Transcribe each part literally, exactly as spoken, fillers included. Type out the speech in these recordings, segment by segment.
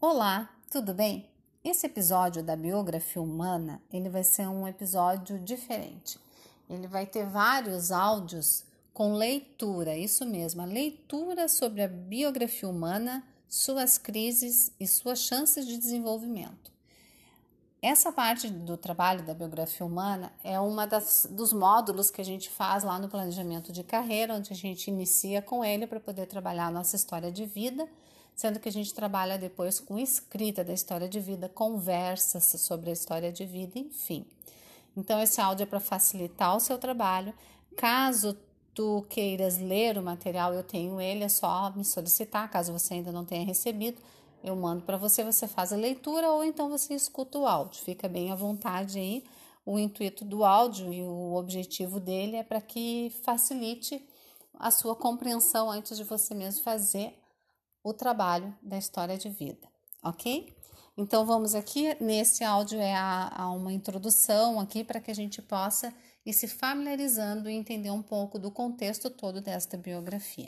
Olá, tudo bem? Esse episódio da biografia humana, ele vai ser um episódio diferente. Ele vai ter vários áudios com leitura, isso mesmo, a leitura sobre a biografia humana, suas crises e suas chances de desenvolvimento. Essa parte do trabalho da biografia humana é uma das, dos módulos que a gente faz lá no planejamento de carreira, onde a gente inicia com ele para poder trabalhar a nossa história de vida, sendo que a gente trabalha depois com escrita da história de vida, conversas sobre a história de vida, enfim. Então, esse áudio é para facilitar o seu trabalho. Caso tu queiras ler o material, eu tenho ele, é só me solicitar, caso você ainda não tenha recebido, eu mando para você, você faz a leitura ou então você escuta o áudio, fica bem à vontade aí. O intuito do áudio e o objetivo dele é para que facilite a sua compreensão antes de você mesmo fazer o trabalho da história de vida, ok? Então vamos aqui, nesse áudio é a, a uma introdução aqui para que a gente possa ir se familiarizando e entender um pouco do contexto todo desta biografia.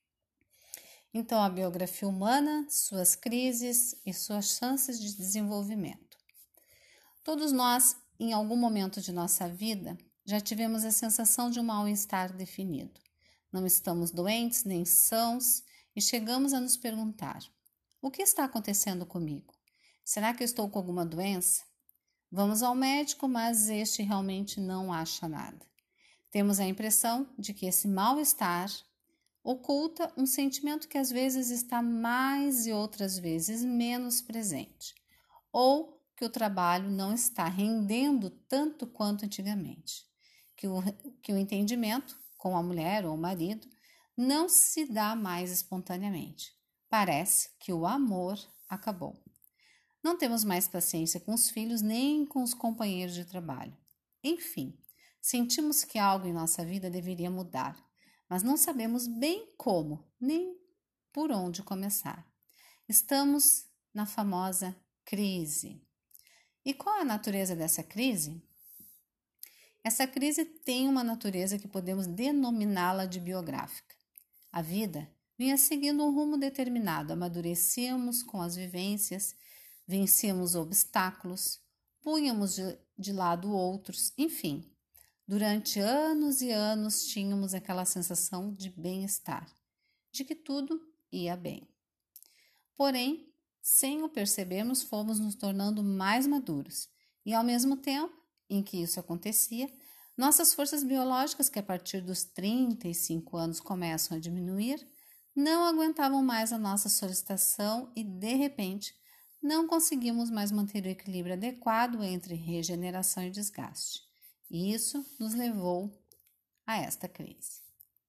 Então, a biografia humana, suas crises e suas chances de desenvolvimento. Todos nós, em algum momento de nossa vida, já tivemos a sensação de um mal-estar definido. Não estamos doentes nem sãos e chegamos a nos perguntar: o que está acontecendo comigo? Será que eu estou com alguma doença? Vamos ao médico, mas este realmente não acha nada. Temos a impressão de que esse mal-estar oculta um sentimento que às vezes está mais e outras vezes menos presente, ou que o trabalho não está rendendo tanto quanto antigamente, que o, que o entendimento com a mulher ou o marido não se dá mais espontaneamente. Parece que o amor acabou. Não temos mais paciência com os filhos nem com os companheiros de trabalho. Enfim, sentimos que algo em nossa vida deveria mudar, mas não sabemos bem como, nem por onde começar. Estamos na famosa crise. E qual é a natureza dessa crise? Essa crise tem uma natureza que podemos denominá-la de biográfica. A vida vinha seguindo um rumo determinado, amadurecíamos com as vivências, vencíamos obstáculos, punhamos de, de lado outros, enfim. Durante anos e anos tínhamos aquela sensação de bem-estar, de que tudo ia bem. Porém, sem o percebermos, fomos nos tornando mais maduros e, ao mesmo tempo em que isso acontecia, nossas forças biológicas, que a partir dos trinta e cinco anos começam a diminuir, não aguentavam mais a nossa solicitação e, de repente, não conseguimos mais manter o equilíbrio adequado entre regeneração e desgaste. E isso nos levou a esta crise.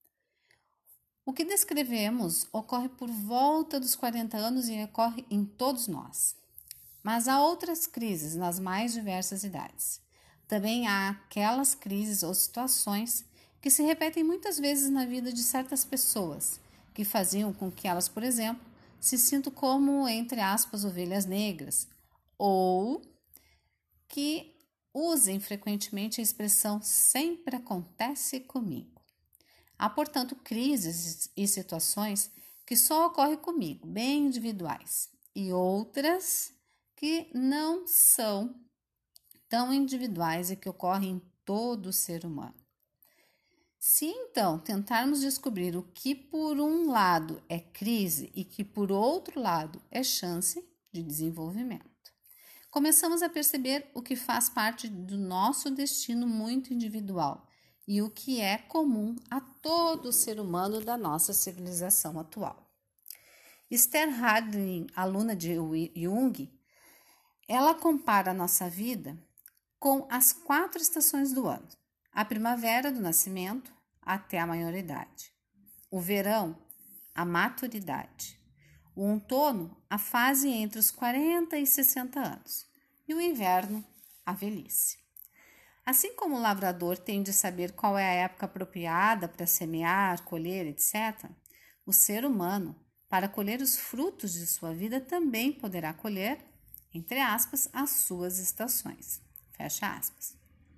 O que descrevemos ocorre por volta dos quarenta anos e ocorre em todos nós. Mas há outras crises nas mais diversas idades. Também há aquelas crises ou situações que se repetem muitas vezes na vida de certas pessoas, que faziam com que elas, por exemplo, se sintam como, entre aspas, ovelhas negras, ou que usem frequentemente a expressão sempre acontece comigo. Há, portanto, crises e situações que só ocorrem comigo, bem individuais, e outras que não são tão individuais e que ocorrem em todo ser humano. Se então tentarmos descobrir o que por um lado é crise e que por outro lado é chance de desenvolvimento, começamos a perceber o que faz parte do nosso destino muito individual e o que é comum a todo ser humano da nossa civilização atual. Esther Harding, aluna de Jung, ela compara a nossa vida com as quatro estações do ano: a primavera, do nascimento até a maioridade; o verão, a maturidade; o outono, a fase entre os quarenta e sessenta anos, e o inverno, a velhice. Assim como o lavrador tem de saber qual é a época apropriada para semear, colher, etcétera, o ser humano, para colher os frutos de sua vida, também poderá colher, entre aspas, as suas estações, fecha aspas.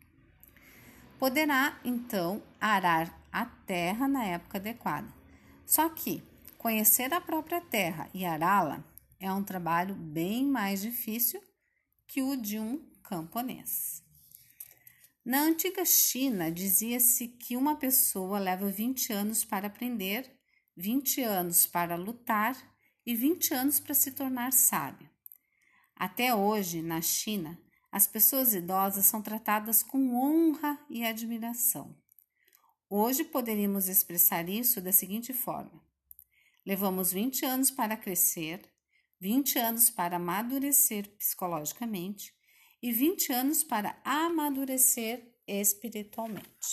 Poderá, então, arar a terra na época adequada. Só que conhecer a própria terra e ará-la é um trabalho bem mais difícil que o de um camponês. Na antiga China, dizia-se que uma pessoa leva vinte anos para aprender, vinte anos para lutar e vinte anos para se tornar sábio. Até hoje, na China, as pessoas idosas são tratadas com honra e admiração. Hoje poderíamos expressar isso da seguinte forma: levamos vinte anos para crescer, vinte anos para amadurecer psicologicamente e vinte anos para amadurecer espiritualmente.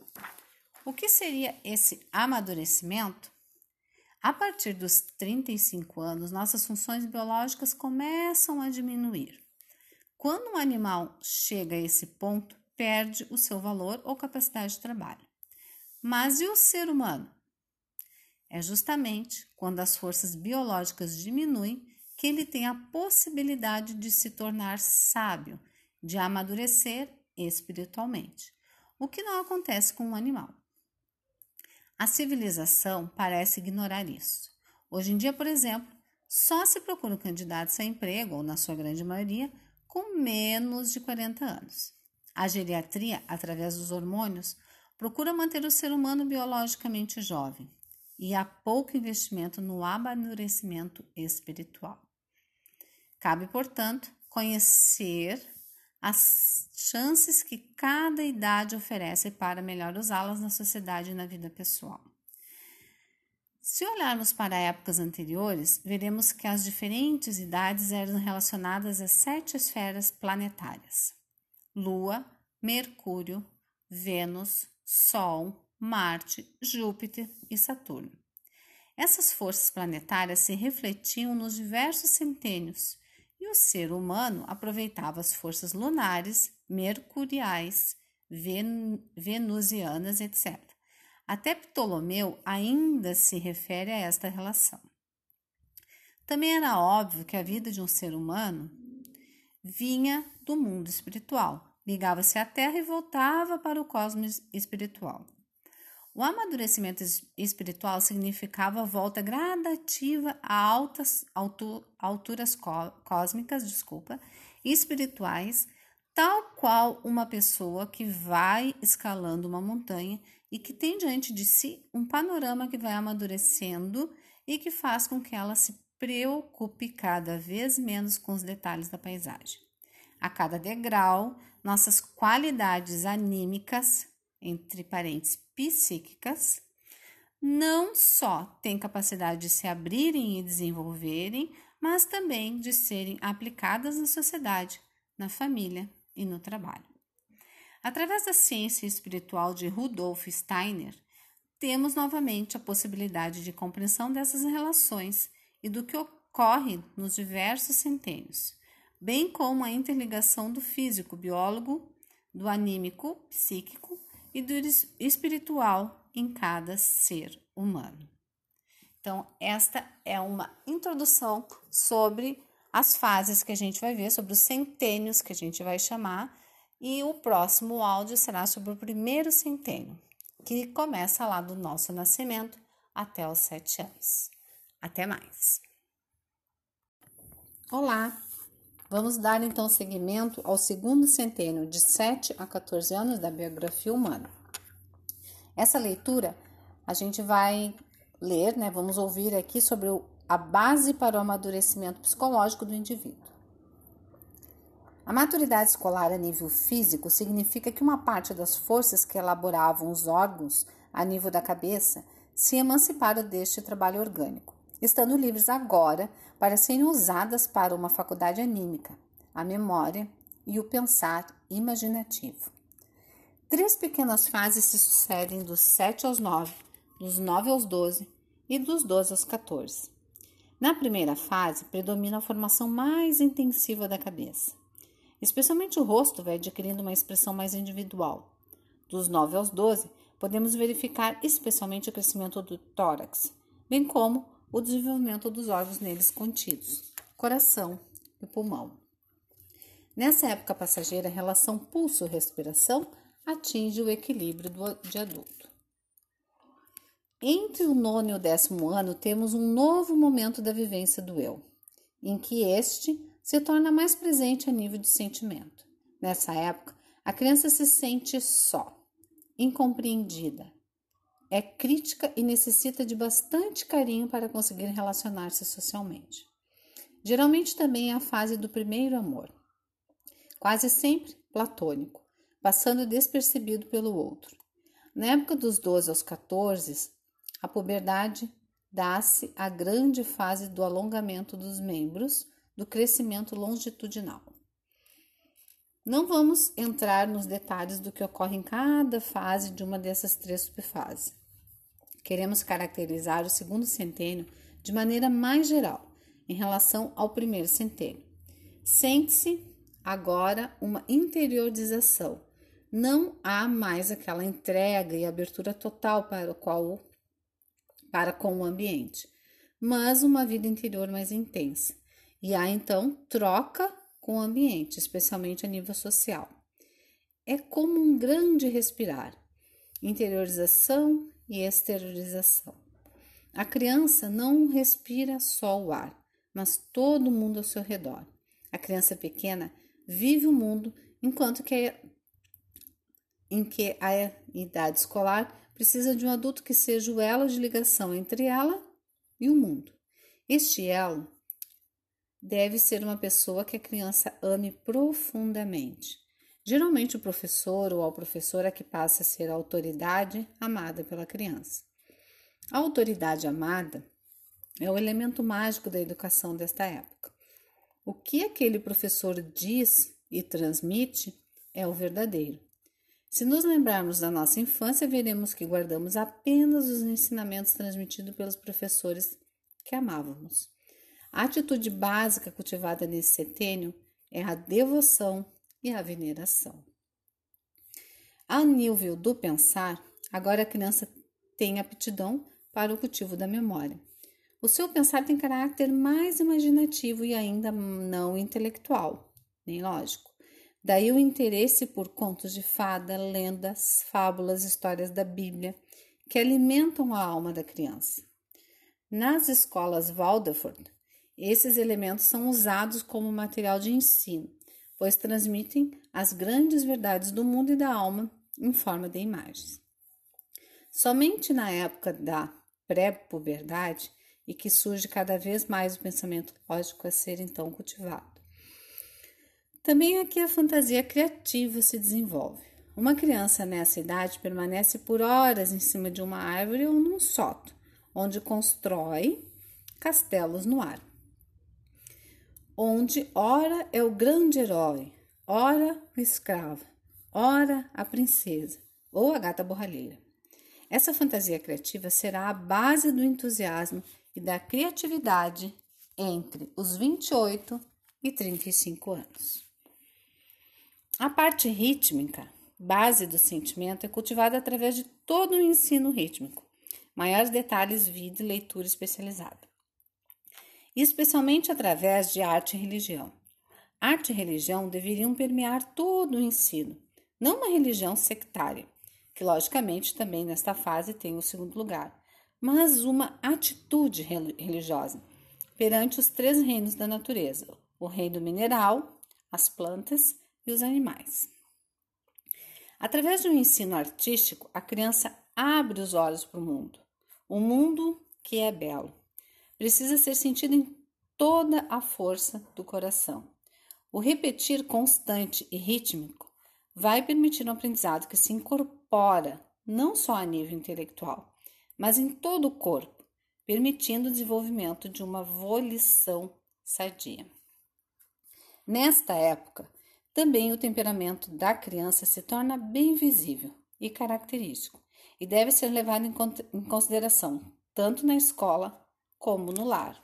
O que seria esse amadurecimento? A partir dos trinta e cinco anos, nossas funções biológicas começam a diminuir. Quando um animal chega a esse ponto, perde o seu valor ou capacidade de trabalho. Mas e o ser humano? É justamente quando as forças biológicas diminuem que ele tem a possibilidade de se tornar sábio, de amadurecer espiritualmente, o que não acontece com um animal. A civilização parece ignorar isso. Hoje em dia, por exemplo, só se procuram candidatos a emprego, ou na sua grande maioria, com menos de quarenta anos. A geriatria, através dos hormônios, procura manter o ser humano biologicamente jovem e há pouco investimento no amadurecimento espiritual. Cabe, portanto, conhecer as chances que cada idade oferece para melhor usá-las na sociedade e na vida pessoal. Se olharmos para épocas anteriores, veremos que as diferentes idades eram relacionadas às sete esferas planetárias: Lua, Mercúrio, Vênus, Sol, Marte, Júpiter e Saturno. Essas forças planetárias se refletiam nos diversos centênios e o ser humano aproveitava as forças lunares, mercuriais, ven- venusianas, etcétera. Até Ptolomeu ainda se refere a esta relação. Também era óbvio que a vida de um ser humano vinha do mundo espiritual, ligava-se à Terra e voltava para o cosmos espiritual. O amadurecimento espiritual significava a volta gradativa a altas altu, alturas có, cósmicas, desculpa, espirituais, tal qual uma pessoa que vai escalando uma montanha e que tem diante de si um panorama que vai amadurecendo e que faz com que ela se preocupe cada vez menos com os detalhes da paisagem. A cada degrau, nossas qualidades anímicas, entre parênteses, psíquicas, não só têm capacidade de se abrirem e desenvolverem, mas também de serem aplicadas na sociedade, na família e no trabalho. Através da ciência espiritual de Rudolf Steiner, temos novamente a possibilidade de compreensão dessas relações e do que ocorre nos diversos centênios, bem como a interligação do físico, biólogo, do anímico, psíquico e do espiritual em cada ser humano. Então, esta é uma introdução sobre as fases que a gente vai ver, sobre os centênios que a gente vai chamar, e o próximo áudio será sobre o primeiro centênio, que começa lá do nosso nascimento até os sete anos. Até mais! Olá! Vamos dar então seguimento ao segundo centênio, de sete a quatorze anos da biografia humana. Essa leitura a gente vai ler, né? Vamos ouvir aqui sobre o, a base para o amadurecimento psicológico do indivíduo. A maturidade escolar a nível físico significa que uma parte das forças que elaboravam os órgãos a nível da cabeça se emanciparam deste trabalho orgânico, estando livres agora para serem usadas para uma faculdade anímica, a memória e o pensar imaginativo. Três pequenas fases se sucedem dos sete aos nove, dos nove aos doze e dos doze aos quatorze. Na primeira fase, predomina a formação mais intensiva da cabeça. Especialmente o rosto vai adquirindo uma expressão mais individual. Dos nove aos doze, podemos verificar especialmente o crescimento do tórax, bem como o desenvolvimento dos órgãos neles contidos, coração e pulmão. Nessa época passageira, a relação pulso-respiração atinge o equilíbrio do, de adulto. Entre o nono e o décimo ano, temos um novo momento da vivência do eu. em que este se torna mais presente a nível de sentimento. Nessa época, a criança se sente só, incompreendida, é crítica e necessita de bastante carinho para conseguir relacionar-se socialmente. Geralmente também é a fase do primeiro amor, quase sempre platônico, passando despercebido pelo outro. Na época dos doze aos quatorze, a puberdade dá-se a grande fase do alongamento dos membros, do crescimento longitudinal. Não vamos entrar nos detalhes do que ocorre em cada fase de uma dessas três subfases. Queremos caracterizar o segundo centênio de maneira mais geral, em relação ao primeiro centênio. Sente-se agora uma interiorização. Não há mais aquela entrega e abertura total para, o qual, para com o ambiente, mas uma vida interior mais intensa. E há então troca com o ambiente, especialmente a nível social. É como um grande respirar, interiorização e exteriorização. A criança não respira só o ar, mas todo o mundo ao seu redor. A criança pequena vive o mundo, enquanto que a, em que a idade escolar precisa de um adulto que seja o elo de ligação entre ela e o mundo. Este elo deve ser uma pessoa que a criança ame profundamente. Geralmente o professor ou a professora que passa a ser a autoridade amada pela criança. A autoridade amada é o elemento mágico da educação desta época. O que aquele professor diz e transmite é o verdadeiro. Se nos lembrarmos da nossa infância, veremos que guardamos apenas os ensinamentos transmitidos pelos professores que amávamos. A atitude básica cultivada nesse setênio é a devoção e a veneração. Ao nível do pensar, agora a criança tem aptidão para o cultivo da memória. O seu pensar tem caráter mais imaginativo e ainda não intelectual, nem lógico. Daí o interesse por contos de fada, lendas, fábulas, histórias da Bíblia, que alimentam a alma da criança. Nas escolas Waldorf, esses elementos são usados como material de ensino, pois transmitem as grandes verdades do mundo e da alma em forma de imagens. Somente na época da pré-puberdade e que surge cada vez mais o pensamento lógico a ser então cultivado. Também aqui a fantasia criativa se desenvolve. Uma criança nessa idade permanece por horas em cima de uma árvore ou num sótão, onde constrói castelos no ar. Onde ora é o grande herói, ora o escravo, ora a princesa ou a gata borralheira. Essa fantasia criativa será a base do entusiasmo e da criatividade entre os vinte e oito e trinta e cinco anos. A parte rítmica, base do sentimento, é cultivada através de todo o ensino rítmico. Maiores detalhes, vide leitura especializada. Especialmente através de arte e religião. Arte e religião deveriam permear todo o ensino, não uma religião sectária, que logicamente também nesta fase tem o segundo lugar, mas uma atitude religiosa perante os três reinos da natureza, o reino mineral, as plantas e os animais. Através de um ensino artístico, a criança abre os olhos para o mundo, o mundo que é belo. Precisa ser sentido em toda a força do coração. O repetir constante e rítmico vai permitir um aprendizado que se incorpora não só a nível intelectual, mas em todo o corpo, permitindo o desenvolvimento de uma volição sadia. Nesta época, também o temperamento da criança se torna bem visível e característico e deve ser levado em consideração tanto na escola como no lar.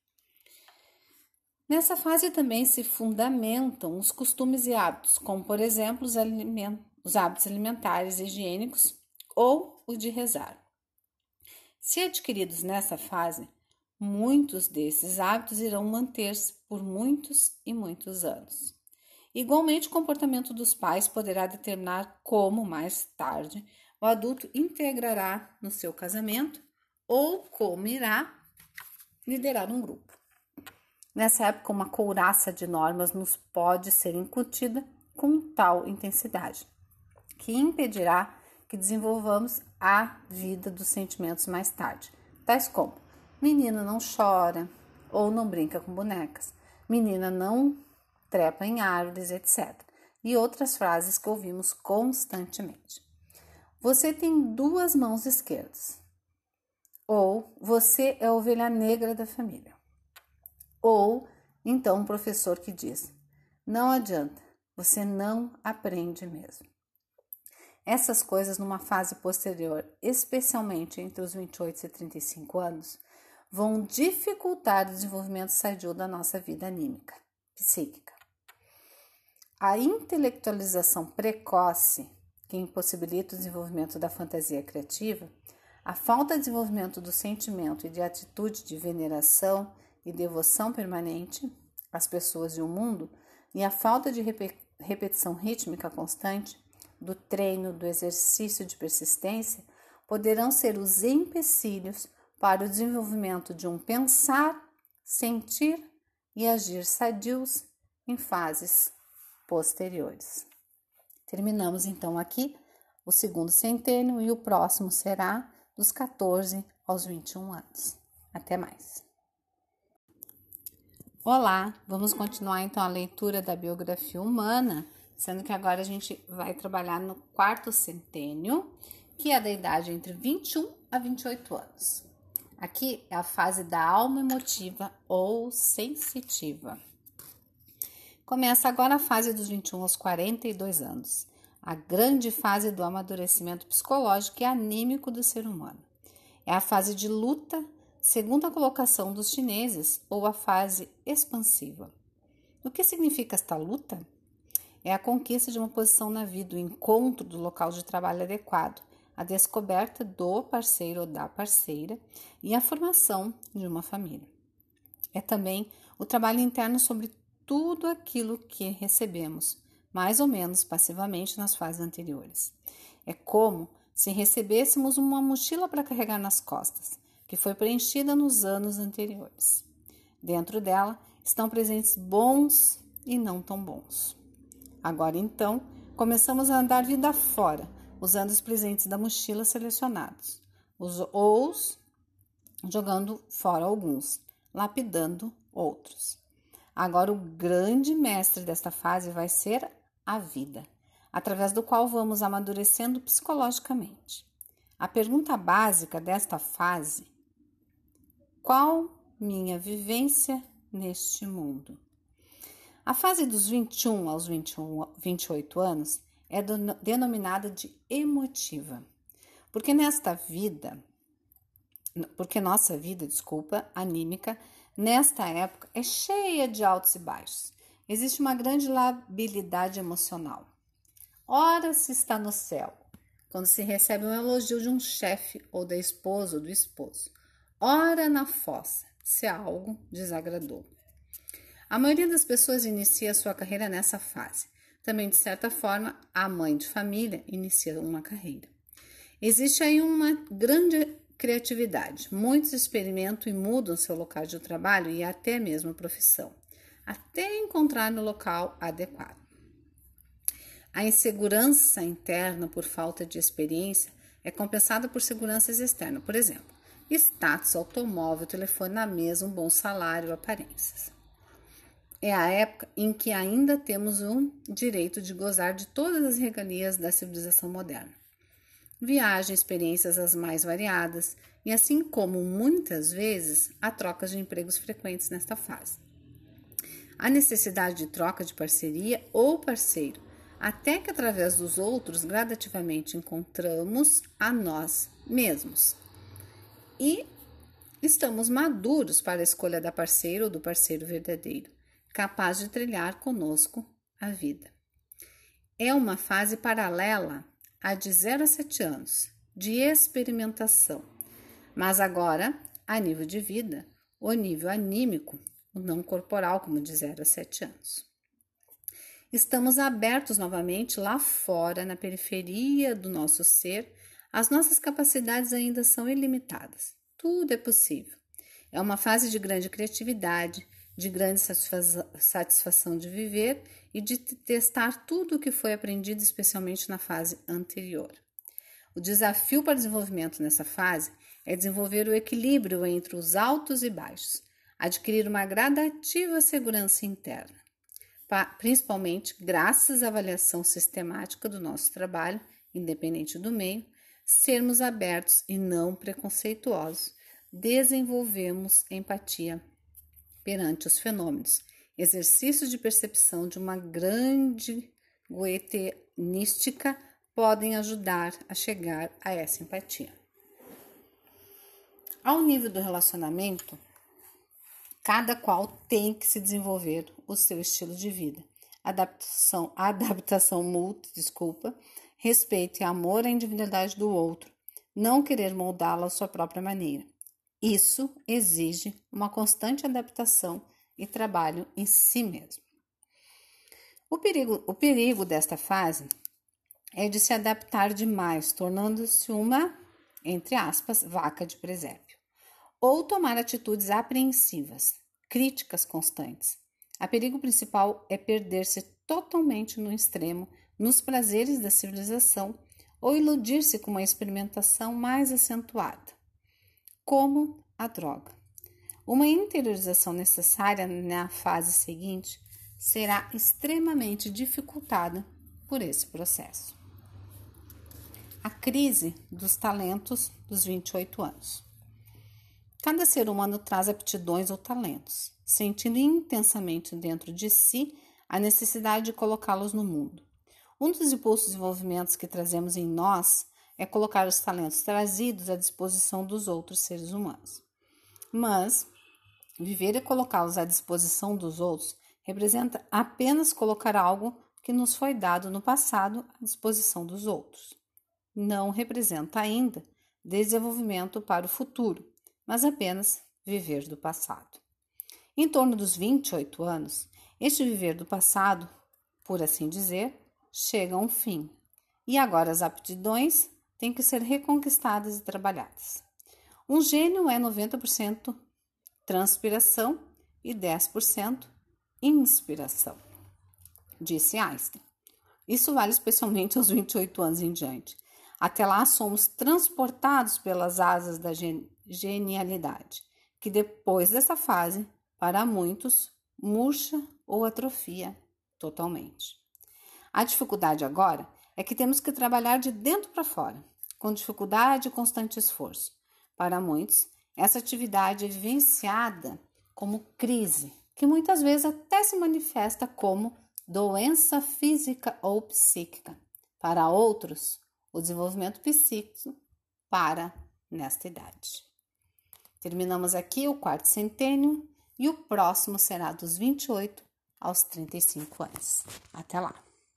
Nessa fase também se fundamentam os costumes e hábitos, como por exemplo os, alimentos, os hábitos alimentares e higiênicos ou o de rezar. Se adquiridos nessa fase, muitos desses hábitos irão manter-se por muitos e muitos anos. Igualmente, o comportamento dos pais poderá determinar como, mais tarde, o adulto integrará no seu casamento ou como irá liderar um grupo. Nessa época, uma couraça de normas nos pode ser incutida com tal intensidade, que impedirá que desenvolvamos a vida dos sentimentos mais tarde, tais como: menino não chora ou não brinca com bonecas, menina não trepa em árvores, etcétera. E outras frases que ouvimos constantemente. Você tem duas mãos esquerdas. Ou você é a ovelha negra da família. Ou então um professor que diz: não adianta, você não aprende mesmo. Essas coisas numa fase posterior, especialmente entre os vinte e oito e trinta e cinco anos, vão dificultar o desenvolvimento sadio da nossa vida anímica, psíquica. A intelectualização precoce, que impossibilita o desenvolvimento da fantasia criativa, a falta de desenvolvimento do sentimento e de atitude de veneração e devoção permanente às pessoas e ao mundo, e a falta de repetição rítmica constante, do treino, do exercício de persistência, poderão ser os empecilhos para o desenvolvimento de um pensar, sentir e agir sadios em fases posteriores. Terminamos então aqui o segundo centênio e o próximo será dos quatorze aos vinte e um anos. Até mais. Olá, vamos continuar então a leitura da biografia humana, sendo que agora a gente vai trabalhar no quarto centênio, que é da idade entre vinte e um a vinte e oito anos. Aqui é a fase da alma emotiva ou sensitiva. Começa agora a fase dos vinte e um aos quarenta e dois anos, a grande fase do amadurecimento psicológico e anímico do ser humano. É a fase de luta, segundo a colocação dos chineses, ou a fase expansiva. O que significa esta luta? É a conquista de uma posição na vida, o encontro do local de trabalho adequado, a descoberta do parceiro ou da parceira e a formação de uma família. É também o trabalho interno sobre tudo aquilo que recebemos, mais ou menos passivamente nas fases anteriores. É como se recebêssemos uma mochila para carregar nas costas, que foi preenchida nos anos anteriores. Dentro dela estão presentes bons e não tão bons. Agora, então, começamos a andar vida fora, usando os presentes da mochila selecionados, os, ou jogando fora alguns, lapidando outros. Agora, o grande mestre desta fase vai ser a vida, através do qual vamos amadurecendo psicologicamente. A pergunta básica desta fase: qual minha vivência neste mundo? A fase dos vinte e um aos vinte e oito anos é denominada de emotiva, porque nesta vida, porque nossa vida, desculpa, anímica, nesta época é cheia de altos e baixos. Existe uma grande labilidade emocional. Ora se está no céu, quando se recebe um elogio de um chefe ou da esposa ou do esposo. Ora na fossa, se algo desagradou. A maioria das pessoas inicia sua carreira nessa fase. Também, de certa forma, a mãe de família inicia uma carreira. Existe aí uma grande criatividade. Muitos experimentam e mudam seu local de trabalho e até mesmo a profissão, até encontrar no local adequado. A insegurança interna por falta de experiência é compensada por seguranças externas, por exemplo, status, automóvel, telefone na mesa, um bom salário, aparências. É a época em que ainda temos o direito de gozar de todas as regalias da civilização moderna. Viagens, experiências as mais variadas, e assim como muitas vezes há trocas de empregos frequentes nesta fase. A necessidade de troca de parceria ou parceiro, até que através dos outros gradativamente encontramos a nós mesmos. E estamos maduros para a escolha da parceira ou do parceiro verdadeiro, capaz de trilhar conosco a vida. É uma fase paralela à de zero a sete anos, de experimentação, mas agora a nível de vida, o nível anímico, o não corporal, como de zero a sete anos. Estamos abertos novamente lá fora, na periferia do nosso ser. As nossas capacidades ainda são ilimitadas. Tudo é possível. É uma fase de grande criatividade, de grande satisfação de viver e de testar tudo o que foi aprendido, especialmente na fase anterior. O desafio para o desenvolvimento nessa fase é desenvolver o equilíbrio entre os altos e baixos, adquirir uma gradativa segurança interna, principalmente graças à avaliação sistemática do nosso trabalho, independente do meio, sermos abertos e não preconceituosos, desenvolvemos empatia perante os fenômenos, exercícios de percepção de uma grande goetheística podem ajudar a chegar a essa empatia. Ao nível do relacionamento, cada qual tem que se desenvolver o seu estilo de vida, adaptação, adaptação mútua, desculpa, respeito e amor à individualidade do outro, não querer moldá-la à sua própria maneira. Isso exige uma constante adaptação e trabalho em si mesmo. O perigo, o perigo desta fase é de se adaptar demais, tornando-se uma, entre aspas, vaca de presépio, ou tomar atitudes apreensivas, críticas constantes. O perigo principal é perder-se totalmente no extremo, nos prazeres da civilização, ou iludir-se com uma experimentação mais acentuada, como a droga. Uma interiorização necessária na fase seguinte será extremamente dificultada por esse processo. A crise dos talentos dos vinte e oito anos. Cada ser humano traz aptidões ou talentos, sentindo intensamente dentro de si a necessidade de colocá-los no mundo. Um dos impulsos de desenvolvimento que trazemos em nós é colocar os talentos trazidos à disposição dos outros seres humanos. Mas viver e colocá-los à disposição dos outros representa apenas colocar algo que nos foi dado no passado à disposição dos outros. Não representa ainda desenvolvimento para o futuro, mas apenas viver do passado. Em torno dos vinte e oito anos, este viver do passado, por assim dizer, chega a um fim, e agora as aptidões têm que ser reconquistadas e trabalhadas. Um gênio é noventa por cento transpiração e dez por cento inspiração, disse Einstein. Isso vale especialmente aos vinte e oito anos em diante. Até lá somos transportados pelas asas da genialidade, que depois dessa fase, para muitos, murcha ou atrofia totalmente. A dificuldade agora é que temos que trabalhar de dentro para fora, com dificuldade e constante esforço. Para muitos, essa atividade é vivenciada como crise, que muitas vezes até se manifesta como doença física ou psíquica. Para outros, o desenvolvimento psíquico para nesta idade. Terminamos aqui o quarto centênio e o próximo será dos vinte e oito aos trinta e cinco anos. Até lá!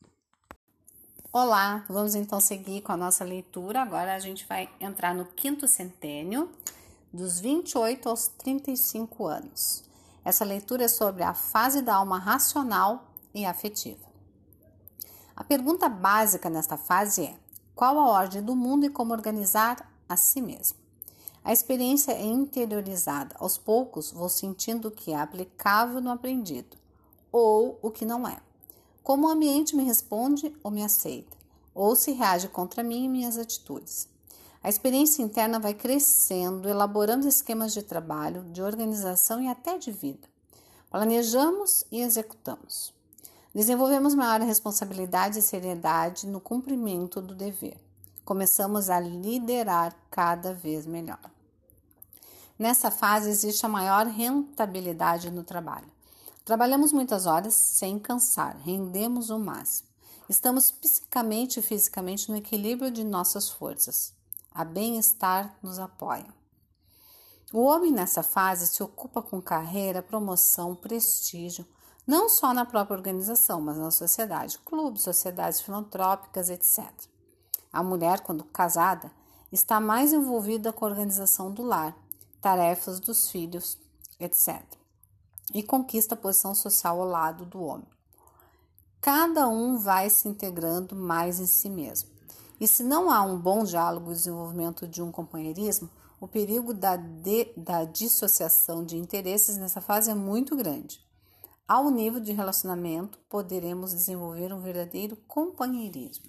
Olá, vamos então seguir com a nossa leitura. Agora a gente vai entrar no quinto centênio, dos vinte e oito aos trinta e cinco anos. Essa leitura é sobre a fase da alma racional e afetiva. A pergunta básica nesta fase é: qual a ordem do mundo e como organizar a si mesmo? A experiência é interiorizada. Aos poucos, vou sentindo o que é aplicável no aprendido ou o que não é. Como o ambiente me responde ou me aceita, ou se reage contra mim e minhas atitudes. A experiência interna vai crescendo, elaborando esquemas de trabalho, de organização e até de vida. Planejamos e executamos. Desenvolvemos maior responsabilidade e seriedade no cumprimento do dever. Começamos a liderar cada vez melhor. Nessa fase existe a maior rentabilidade no trabalho. Trabalhamos muitas horas sem cansar, rendemos o máximo. Estamos psicamente e fisicamente no equilíbrio de nossas forças. A bem-estar nos apoia. O homem nessa fase se ocupa com carreira, promoção, prestígio, não só na própria organização, mas na sociedade, clubes, sociedades filantrópicas, etcétera. A mulher, quando casada, está mais envolvida com a organização do lar, tarefas dos filhos, etcétera. E conquista a posição social ao lado do homem. Cada um vai se integrando mais em si mesmo. E se não há um bom diálogo e desenvolvimento de um companheirismo, O perigo da, de, da dissociação de interesses nessa fase é muito grande. Ao nível de relacionamento, poderemos desenvolver um verdadeiro companheirismo.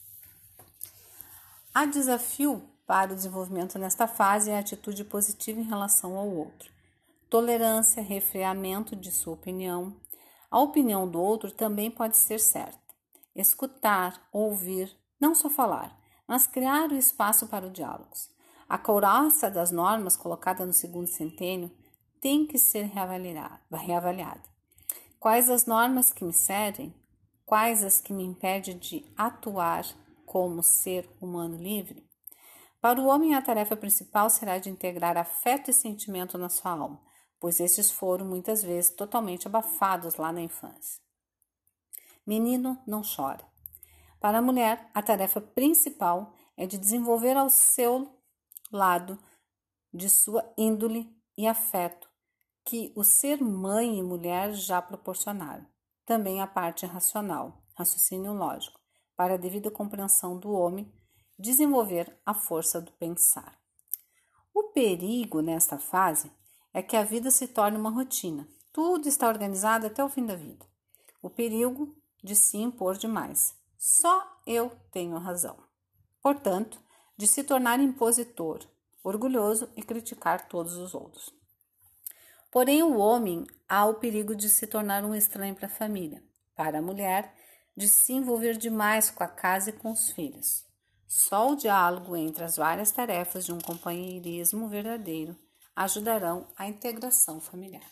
Há desafio para o desenvolvimento nesta fase é a atitude positiva em relação ao outro. Tolerância, refreamento de sua opinião. A opinião do outro também pode ser certa. Escutar, ouvir, não só falar, mas criar o espaço para o diálogo. A couraça das normas colocada no segundo centênio tem que ser reavaliada. Quais as normas que me servem? Quais as que me impedem de atuar como ser humano livre? Para o homem, a tarefa principal será de integrar afeto e sentimento na sua alma, pois estes foram muitas vezes totalmente abafados lá na infância. Menino não chora. Para a mulher, a tarefa principal é de desenvolver ao seu lado de sua índole e afeto, que o ser mãe e mulher já proporcionaram. Também a parte racional, raciocínio lógico, para a devida compreensão do homem, desenvolver a força do pensar. O perigo nesta fase é que a vida se torne uma rotina. Tudo está organizado até o fim da vida. O perigo de se impor demais. Só eu tenho razão. Portanto, de se tornar impositor, orgulhoso e criticar todos os outros. Porém, o homem há o perigo de se tornar um estranho para a família. Para a mulher, de se envolver demais com a casa e com os filhos. Só o diálogo entre as várias tarefas de um companheirismo verdadeiro ajudarão a integração familiar.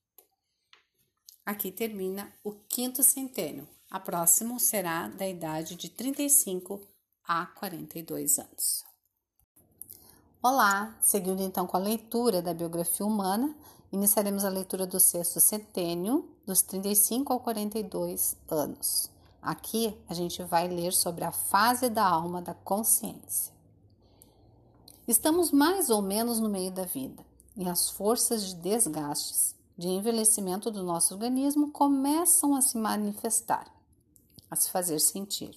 Aqui termina o quinto centênio. A próxima será da idade de trinta e cinco a quarenta e dois anos. Olá, seguindo então com a leitura da biografia humana, iniciaremos a leitura do sexto centênio, dos trinta e cinco ao quarenta e dois anos. Aqui a gente vai ler sobre a fase da alma da consciência. Estamos mais ou menos no meio da vida e as forças de desgastes, de envelhecimento do nosso organismo começam a se manifestar, a se fazer sentir.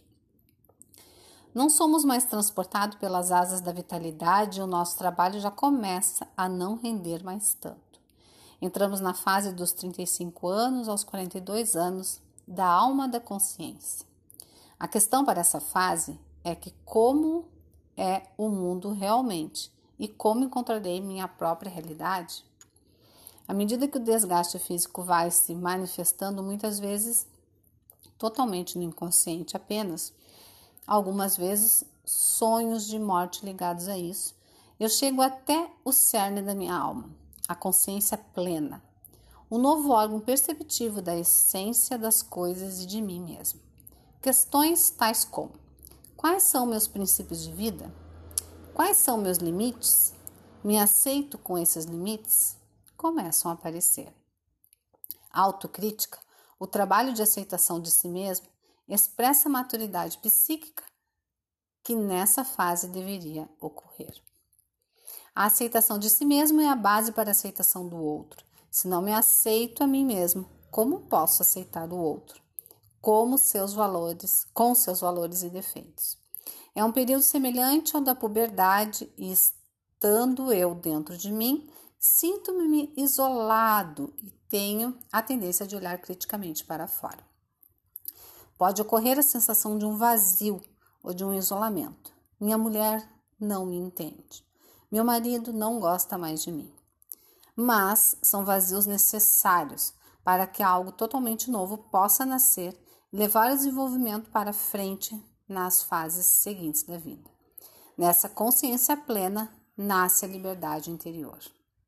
Não somos mais transportados pelas asas da vitalidade e o nosso trabalho já começa a não render mais tanto. Entramos na fase dos trinta e cinco anos aos quarenta e dois anos da alma da consciência. A questão para essa fase é que como é o mundo realmente e como encontrarei minha própria realidade? À medida que o desgaste físico vai se manifestando, muitas vezes totalmente no inconsciente apenas, algumas vezes sonhos de morte ligados a isso, eu chego até o cerne da minha alma, a consciência plena, um novo órgão perceptivo da essência das coisas e de mim mesmo. Questões tais como: quais são meus princípios de vida? Quais são meus limites? Me aceito com esses limites? Começam a aparecer. A autocrítica, o trabalho de aceitação de si mesmo, expressa a maturidade psíquica que nessa fase deveria ocorrer. A aceitação de si mesmo é a base para a aceitação do outro. Se não me aceito a mim mesmo, como posso aceitar o outro? Como seus valores, com seus valores e defeitos. É um período semelhante ao da puberdade e, estando eu dentro de mim, sinto-me isolado e tenho a tendência de olhar criticamente para fora. Pode ocorrer a sensação de um vazio ou de um isolamento. Minha mulher não me entende. Meu marido não gosta mais de mim. Mas são vazios necessários para que algo totalmente novo possa nascer e levar o desenvolvimento para frente nas fases seguintes da vida. Nessa consciência plena nasce a liberdade interior.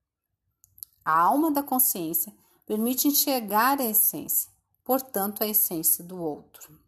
A alma da consciência permite enxergar a essência, portanto, a essência do outro,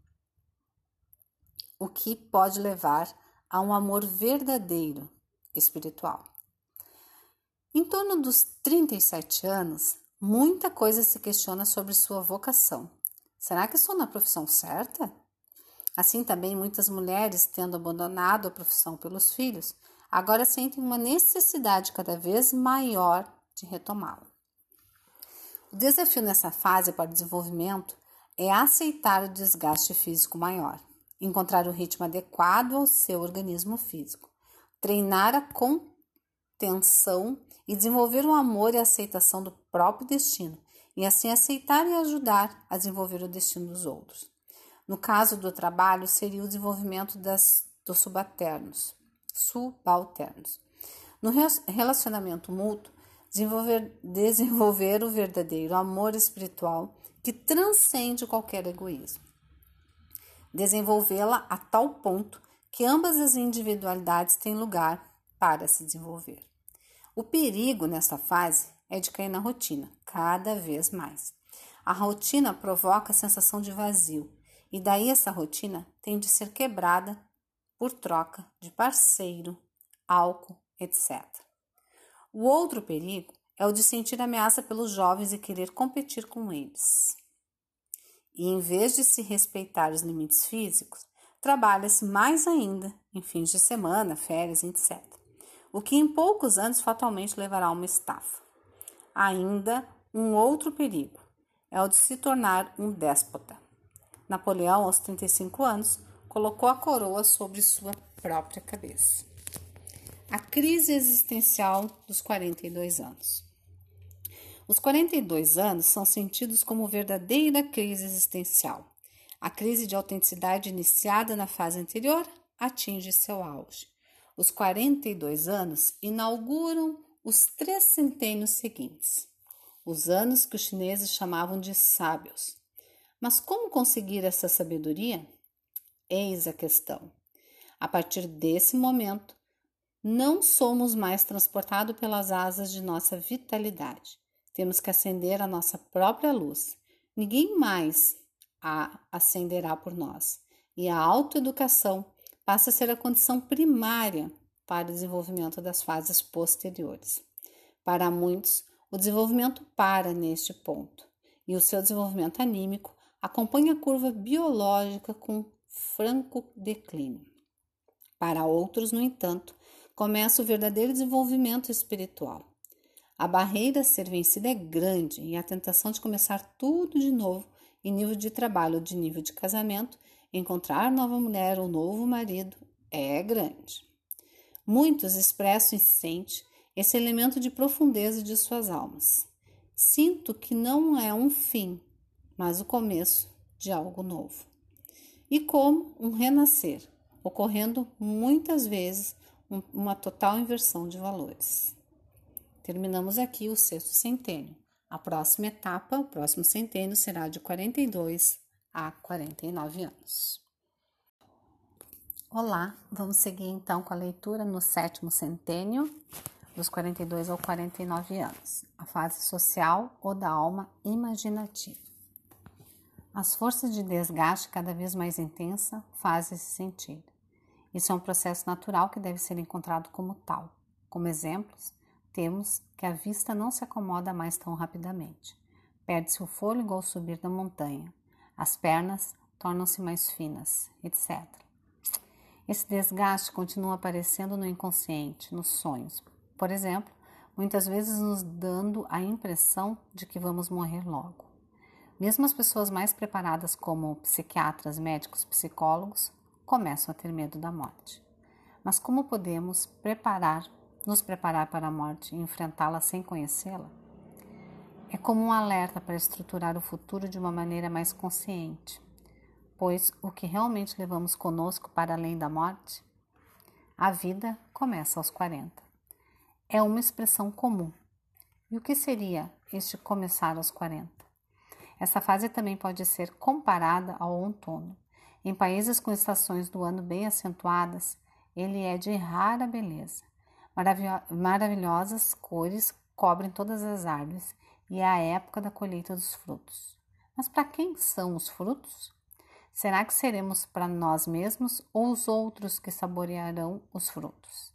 o que pode levar a um amor verdadeiro espiritual. Em torno dos trinta e sete anos, muita coisa se questiona sobre sua vocação. Será que estou na profissão certa? Assim também, muitas mulheres, tendo abandonado a profissão pelos filhos, agora sentem uma necessidade cada vez maior de retomá-la. O desafio nessa fase para o desenvolvimento é aceitar o desgaste físico maior, encontrar o ritmo adequado ao seu organismo físico, treinar a tensão e desenvolver o amor e a aceitação do próprio destino, e assim aceitar e ajudar a desenvolver o destino dos outros. No caso do trabalho, seria o desenvolvimento das, dos subalternos, subalternos. No relacionamento mútuo, desenvolver, desenvolver o verdadeiro amor espiritual que transcende qualquer egoísmo. Desenvolvê-la a tal ponto que ambas as individualidades têm lugar para se desenvolver. O perigo nesta fase é de cair na rotina, cada vez mais. A rotina provoca a sensação de vazio, e daí essa rotina tem de ser quebrada por troca de parceiro, álcool, etcétera. O outro perigo é o de sentir ameaça pelos jovens e querer competir com eles. E em vez de se respeitar os limites físicos, trabalha-se mais ainda em fins de semana, férias, etcétera. O que em poucos anos fatalmente levará a uma estafa. Ainda um outro perigo é o de se tornar um déspota. Napoleão, aos trinta e cinco anos, colocou a coroa sobre sua própria cabeça. A crise existencial dos quarenta e dois anos. Os quarenta e dois anos são sentidos como verdadeira crise existencial. A crise de autenticidade iniciada na fase anterior atinge seu auge. Os quarenta e dois anos inauguram os três centênios seguintes, os anos que os chineses chamavam de sábios. Mas como conseguir essa sabedoria? Eis a questão. A partir desse momento, não somos mais transportados pelas asas de nossa vitalidade. Temos que acender a nossa própria luz. Ninguém mais a acenderá por nós. E a autoeducação passa a ser a condição primária para o desenvolvimento das fases posteriores. Para muitos, o desenvolvimento para neste ponto, e o seu desenvolvimento anímico acompanha a curva biológica com franco declínio. Para outros, no entanto, começa o verdadeiro desenvolvimento espiritual. A barreira a ser vencida é grande e a tentação de começar tudo de novo em nível de trabalho ou de nível de casamento, encontrar nova mulher ou novo marido, é grande. Muitos expressam e sentem esse elemento de profundeza de suas almas. Sinto que não é um fim, mas o começo de algo novo. E como um renascer, ocorrendo muitas vezes uma total inversão de valores. Terminamos aqui o sexto centênio. A próxima etapa, o próximo centênio, será de quarenta e dois a quarenta e nove anos. Olá, vamos seguir então com a leitura no sétimo centênio, dos quarenta e dois ao quarenta e nove anos, a fase social ou da alma imaginativa. As forças de desgaste cada vez mais intensa fazem-se sentir. Isso é um processo natural que deve ser encontrado como tal. Como exemplos, temos que a vista não se acomoda mais tão rapidamente. Perde-se o fôlego ao subir da montanha. As pernas tornam-se mais finas, etcétera. Esse desgaste continua aparecendo no inconsciente, nos sonhos. Por exemplo, muitas vezes nos dando a impressão de que vamos morrer logo. Mesmo as pessoas mais preparadas como psiquiatras, médicos, psicólogos, começam a ter medo da morte. Mas como podemos preparar, nos preparar para a morte e enfrentá-la sem conhecê-la? É como um alerta para estruturar o futuro de uma maneira mais consciente, pois o que realmente levamos conosco para além da morte? A vida começa aos quarenta. É uma expressão comum. E o que seria este começar aos quarenta? Essa fase também pode ser comparada ao outono. Em países com estações do ano bem acentuadas, ele é de rara beleza. Maravilho- maravilhosas cores cobrem todas as árvores e é a época da colheita dos frutos. Mas para quem são os frutos? Será que seremos para nós mesmos ou os outros que saborearão os frutos?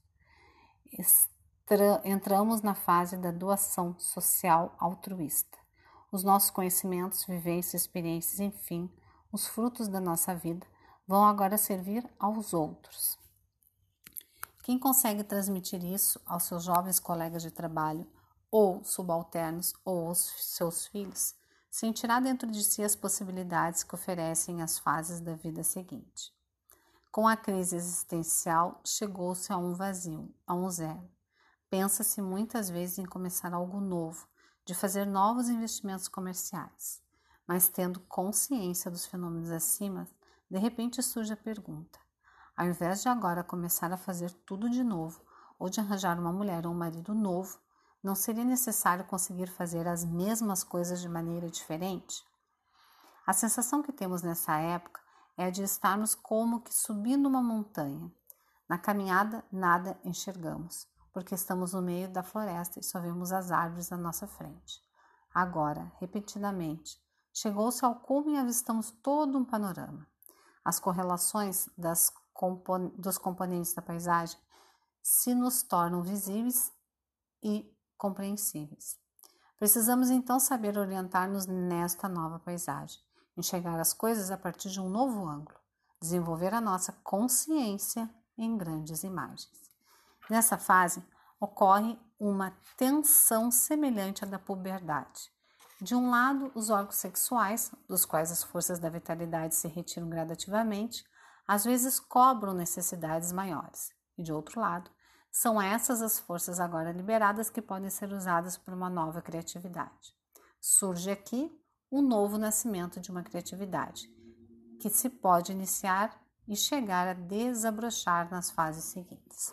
Estra- Entramos na fase da doação social altruísta. Os nossos conhecimentos, vivências, experiências, enfim, os frutos da nossa vida vão agora servir aos outros. Quem consegue transmitir isso aos seus jovens colegas de trabalho, ou subalternos, ou aos seus filhos, sentirá dentro de si as possibilidades que oferecem as fases da vida seguinte. Com a crise existencial, chegou-se a um vazio, a um zero. pensa-se muitas vezes em começar algo novo, de fazer novos investimentos comerciais. Mas tendo consciência dos fenômenos acima, de repente surge a pergunta: ao invés de agora começar a fazer tudo de novo, ou de arranjar uma mulher ou um marido novo, não seria necessário conseguir fazer as mesmas coisas de maneira diferente? A sensação que temos nessa época é a de estarmos como que subindo uma montanha. Na caminhada, nada enxergamos, porque estamos no meio da floresta e só vemos as árvores à nossa frente. Agora, repentinamente, chegou-se ao cume e avistamos todo um panorama. As correlações das compon- dos componentes da paisagem se nos tornam visíveis e compreensíveis. Precisamos então saber orientar-nos nesta nova paisagem, enxergar as coisas a partir de um novo ângulo, desenvolver a nossa consciência em grandes imagens. Nessa fase, ocorre uma tensão semelhante à da puberdade. De um lado, os órgãos sexuais, dos quais as forças da vitalidade se retiram gradativamente, às vezes cobram necessidades maiores. E de outro lado, são essas as forças agora liberadas que podem ser usadas por uma nova criatividade. Surge aqui um novo nascimento de uma criatividade, que se pode iniciar e chegar a desabrochar nas fases seguintes.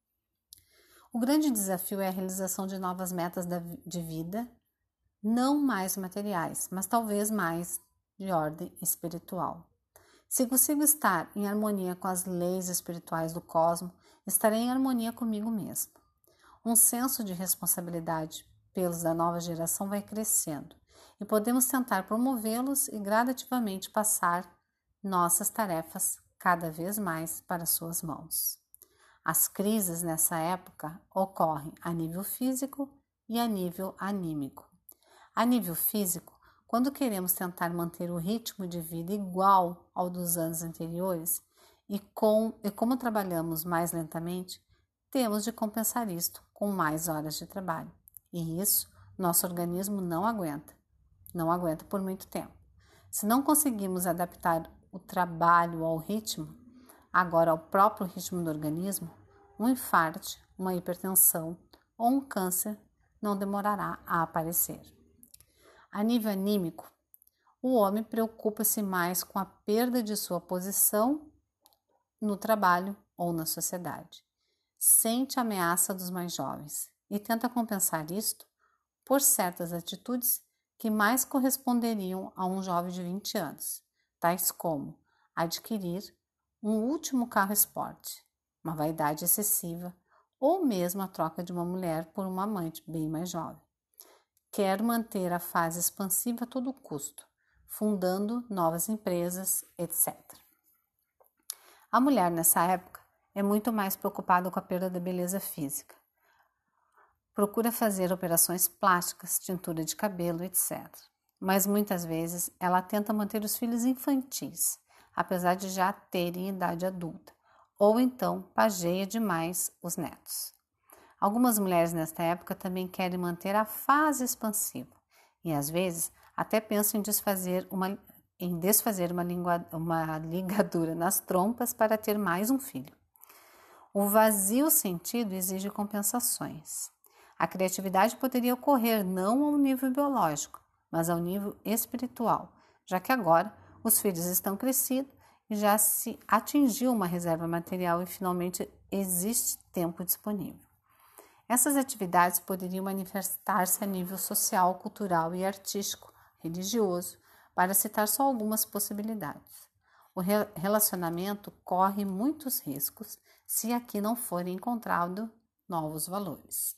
O grande desafio é a realização de novas metas de vida, não mais materiais, mas talvez mais de ordem espiritual. Se consigo estar em harmonia com as leis espirituais do cosmos, estarei em harmonia comigo mesmo. Um senso de responsabilidade pelos da nova geração vai crescendo e podemos tentar promovê-los e gradativamente passar nossas tarefas cada vez mais para suas mãos. As crises nessa época ocorrem a nível físico e a nível anímico. A nível físico, quando queremos tentar manter o ritmo de vida igual ao dos anos anteriores e, com, e como trabalhamos mais lentamente, temos de compensar isto com mais horas de trabalho. E isso nosso organismo não aguenta, não aguenta por muito tempo. Se não conseguimos adaptar o trabalho ao ritmo, agora ao próprio ritmo do organismo, um infarto, uma hipertensão ou um câncer não demorará a aparecer. A nível anímico, o homem preocupa-se mais com a perda de sua posição no trabalho ou na sociedade. Sente a ameaça dos mais jovens e tenta compensar isto por certas atitudes que mais corresponderiam a um jovem de vinte anos, tais como adquirir um último carro esporte, uma vaidade excessiva ou mesmo a troca de uma mulher por uma amante bem mais jovem. Quer manter a fase expansiva a todo custo, fundando novas empresas, etcétera. A mulher nessa época é muito mais preocupada com a perda da beleza física. Procura fazer operações plásticas, tintura de cabelo, etcétera. Mas muitas vezes ela tenta manter os filhos infantis, apesar de já terem idade adulta, ou então pajeia demais os netos. Algumas mulheres nesta época também querem manter a fase expansiva e às vezes até pensam em desfazer uma, em desfazer uma, língua, uma ligadura nas trompas para ter mais um filho. O vazio sentido exige compensações. A criatividade poderia ocorrer não ao nível biológico, mas ao nível espiritual, já que agora os filhos estão crescidos e já se atingiu uma reserva material e finalmente existe tempo disponível. Essas atividades poderiam manifestar-se a nível social, cultural e artístico, religioso, para citar só algumas possibilidades. O relacionamento corre muitos riscos se aqui não forem encontrados novos valores.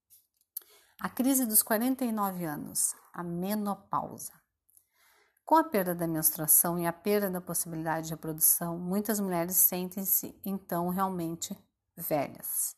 A crise dos quarenta e nove anos, a menopausa. Com a perda da menstruação e a perda da possibilidade de reprodução, muitas mulheres sentem-se então realmente velhas.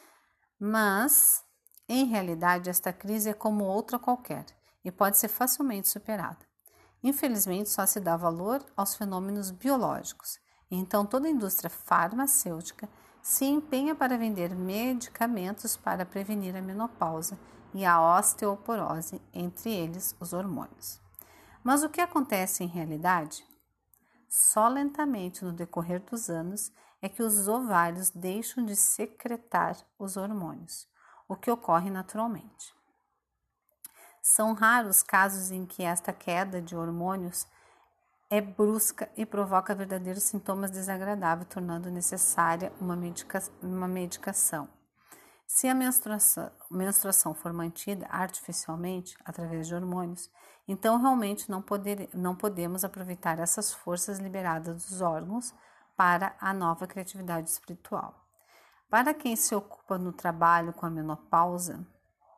Mas, em realidade, esta crise é como outra qualquer e pode ser facilmente superada. Infelizmente, só se dá valor aos fenômenos biológicos, e então toda a indústria farmacêutica se empenha para vender medicamentos para prevenir a menopausa e a osteoporose, entre eles os hormônios. Mas o que acontece em realidade? Só lentamente no decorrer dos anos é que os ovários deixam de secretar os hormônios. o que ocorre naturalmente. São raros casos em que esta queda de hormônios é brusca e provoca verdadeiros sintomas desagradáveis, tornando necessária uma, medica uma medicação. Se a menstruação, menstruação for mantida artificialmente, através de hormônios, então realmente não, poder, não podemos aproveitar essas forças liberadas dos órgãos para a nova criatividade espiritual. Para quem se ocupa no trabalho com a menopausa,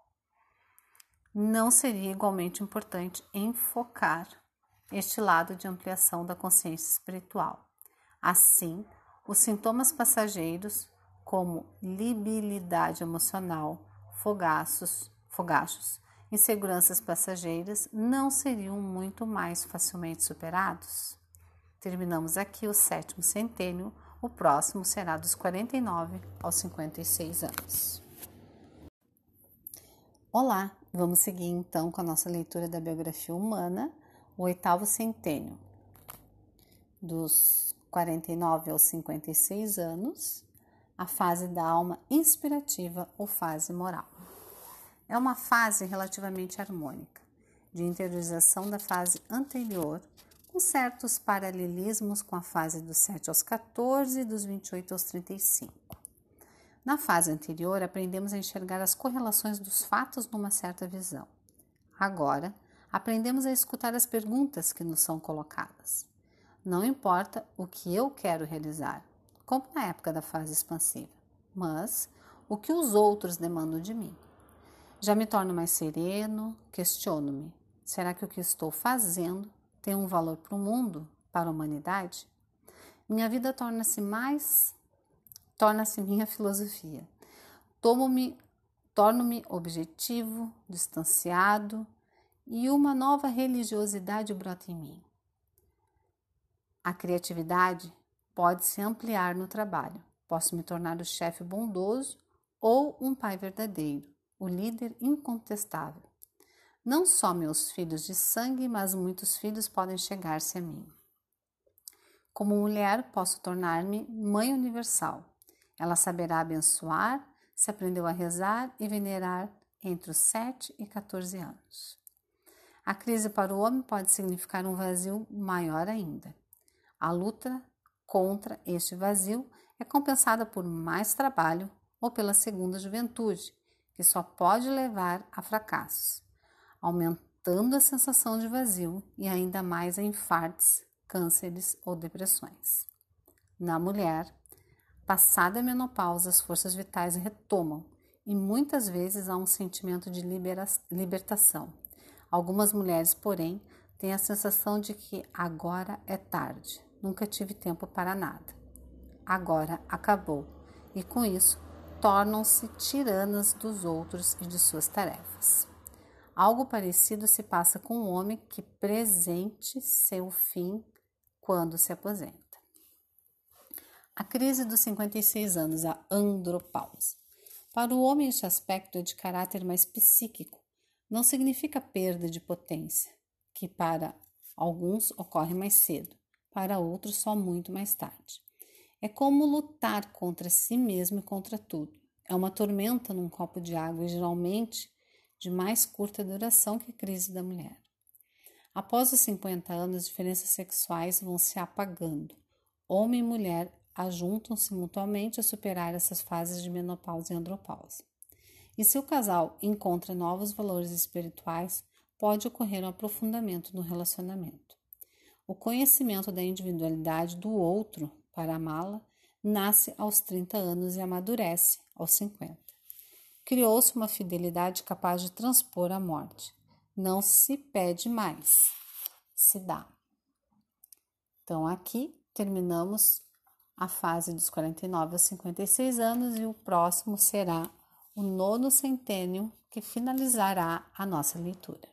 não seria igualmente importante enfocar este lado de ampliação da consciência espiritual. Assim, os sintomas passageiros, como libilidade emocional, fogaços, fogachos, inseguranças passageiras, não seriam muito mais facilmente superados? Terminamos aqui o sétimo centênio, o próximo será dos quarenta e nove aos cinquenta e seis anos. Olá, vamos seguir então com a nossa leitura da biografia humana, o oitavo centênio, dos quarenta e nove aos cinquenta e seis anos, a fase da alma inspirativa ou fase moral. É uma fase relativamente harmônica, de interiorização da fase anterior, com certos paralelismos com a fase dos sete aos quatorze e dos vinte e oito aos trinta e cinco. Na fase anterior, aprendemos a enxergar as correlações dos fatos numa certa visão. Agora, aprendemos a escutar as perguntas que nos são colocadas. Não importa o que eu quero realizar, como na época da fase expansiva, mas o que os outros demandam de mim. Já me torno mais sereno, questiono-me. Será que o que estou fazendo tem um valor para o mundo, para a humanidade? Minha vida torna-se mais, torna-se minha filosofia. Tomo-me, torno-me objetivo, distanciado, e uma nova religiosidade brota em mim. A criatividade pode se ampliar no trabalho. Posso me tornar o chefe bondoso ou um pai verdadeiro, o líder incontestável. Não só meus filhos de sangue, mas muitos filhos podem chegar-se a mim. Como mulher, posso tornar-me mãe universal. Ela saberá abençoar, se aprendeu a rezar e venerar entre os sete e quatorze anos. A crise para o homem pode significar um vazio maior ainda. A luta contra este vazio é compensada por mais trabalho ou pela segunda juventude, que só pode levar a fracassos, aumentando a sensação de vazio e ainda mais a infartos, cânceres ou depressões. Na mulher, passada a menopausa, as forças vitais retomam e muitas vezes há um sentimento de libera- libertação. Algumas mulheres, porém, têm a sensação de que agora é tarde, nunca tive tempo para nada. Agora acabou, e com isso tornam-se tiranas dos outros e de suas tarefas. Algo parecido se passa com um homem que presente seu fim quando se aposenta. A crise dos cinquenta e seis anos, a andropausa. Para o homem, este aspecto é de caráter mais psíquico. Não significa perda de potência, que para alguns ocorre mais cedo, para outros só muito mais tarde. É como lutar contra si mesmo e contra tudo. É uma tormenta num copo de água e geralmente de mais curta duração que a crise da mulher. Após os cinquenta anos, as diferenças sexuais vão se apagando. Homem e mulher ajuntam-se mutuamente a superar essas fases de menopausa e andropausa. E se o casal encontra novos valores espirituais, pode ocorrer um aprofundamento no relacionamento. O conhecimento da individualidade do outro para amá-la nasce aos trinta anos e amadurece aos cinquenta. Criou-se uma fidelidade capaz de transpor a morte. Não se pede mais, se dá. Então, aqui terminamos a fase dos quarenta e nove aos cinquenta e seis anos e o próximo será o nono centênio, que finalizará a nossa leitura.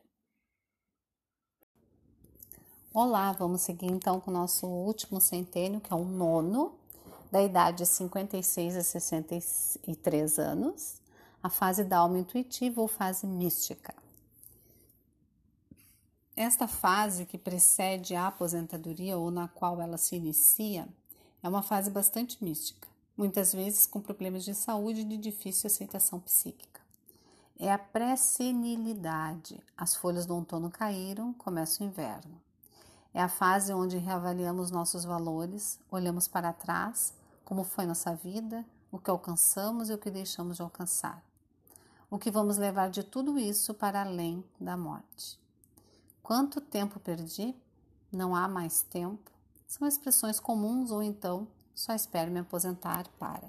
Olá, vamos seguir então com o nosso último centênio, que é o nono, da idade de cinquenta e seis a sessenta e três anos, a fase da alma intuitiva ou fase mística. Esta fase, que precede a aposentadoria ou na qual ela se inicia, é uma fase bastante mística, muitas vezes com problemas de saúde e de difícil aceitação psíquica. É a pré-senilidade. As folhas do outono caíram, começa o inverno. É a fase onde reavaliamos nossos valores, olhamos para trás, como foi nossa vida, o que alcançamos e o que deixamos de alcançar. O que vamos levar de tudo isso para além da morte. Quanto tempo perdi? Não há mais tempo? São expressões comuns ou então só espero me aposentar para.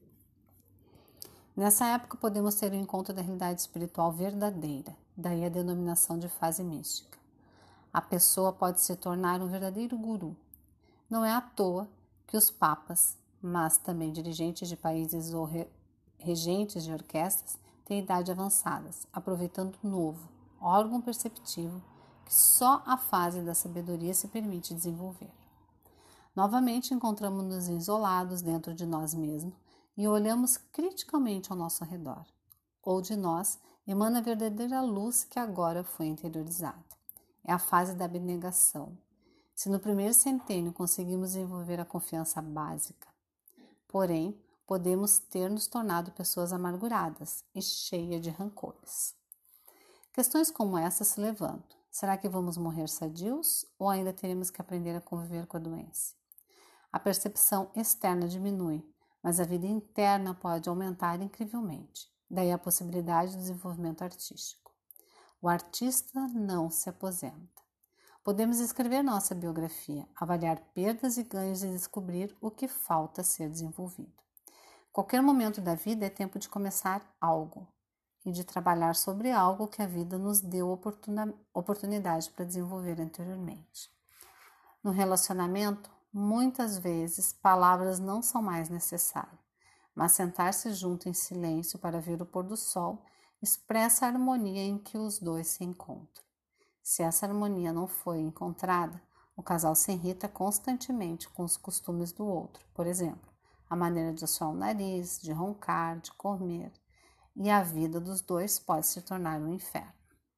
Nessa época podemos ter o encontro da realidade espiritual verdadeira, daí a denominação de fase mística. A pessoa pode se tornar um verdadeiro guru. Não é à toa que os papas, mas também dirigentes de países ou re- regentes de orquestras, têm idade avançadas, aproveitando o novo, órgão perceptivo que só a fase da sabedoria se permite desenvolver. Novamente encontramos-nos isolados dentro de nós mesmos e olhamos criticamente ao nosso redor. Ou de nós emana a verdadeira luz que agora foi interiorizada. É a fase da abnegação. Se no primeiro centênio conseguimos desenvolver a confiança básica, porém, podemos ter nos tornado pessoas amarguradas e cheias de rancores. Questões como essa se levantam. Será que vamos morrer sadios ou ainda teremos que aprender a conviver com a doença? A percepção externa diminui, mas a vida interna pode aumentar incrivelmente. Daí a possibilidade do desenvolvimento artístico. O artista não se aposenta. Podemos escrever nossa biografia, avaliar perdas e ganhos e descobrir o que falta ser desenvolvido. Qualquer momento da vida é tempo de começar algo e de trabalhar sobre algo que a vida nos deu oportunidade para desenvolver anteriormente. No relacionamento, muitas vezes, palavras não são mais necessárias, mas sentar-se junto em silêncio para ver o pôr do sol expressa a harmonia em que os dois se encontram. Se essa harmonia não foi encontrada, o casal se irrita constantemente com os costumes do outro, por exemplo, a maneira de assoar o nariz, de roncar, de comer, e a vida dos dois pode se tornar um inferno.